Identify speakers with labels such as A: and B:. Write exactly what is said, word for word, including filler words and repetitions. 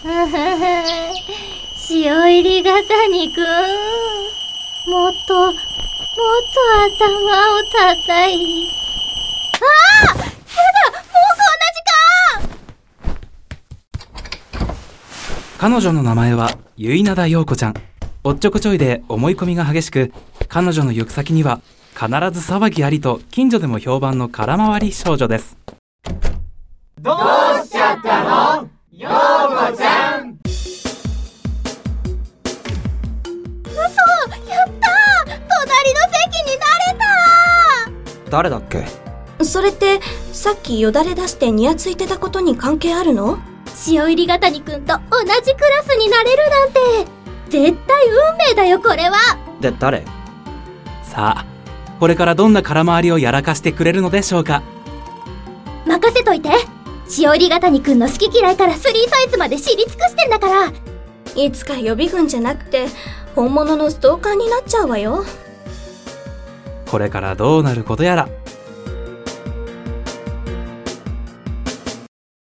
A: 塩入りが谷くん、もっともっと頭を叩い。ああ、やだ、もうこんな時間。
B: 彼女の名前は結灘陽子ちゃん。おっちょこちょいで思い込みが激しく、彼女の行く先には必ず騒ぎありと近所でも評判の空回り少女です。
C: どうしちゃったの、陽子ちゃん。
A: 嘘、やったー、隣の席になれた。
D: 誰だっけ？
E: それってさっきよだれ出してニヤついてたことに関係あるの？
A: 塩入りが谷くんと同じクラスになれるなんて絶対運命だよ、これは。
D: で、誰？
B: さあ、これからどんな空回りをやらかしてくれるのでしょうか。
A: 任せといて。塩入りが谷くんの好き嫌いからスリーサイズまで知り尽くしてんだから。
E: いつか予備軍じゃなくて本物のストーカーになっちゃうわよ。
B: これからどうなることやら、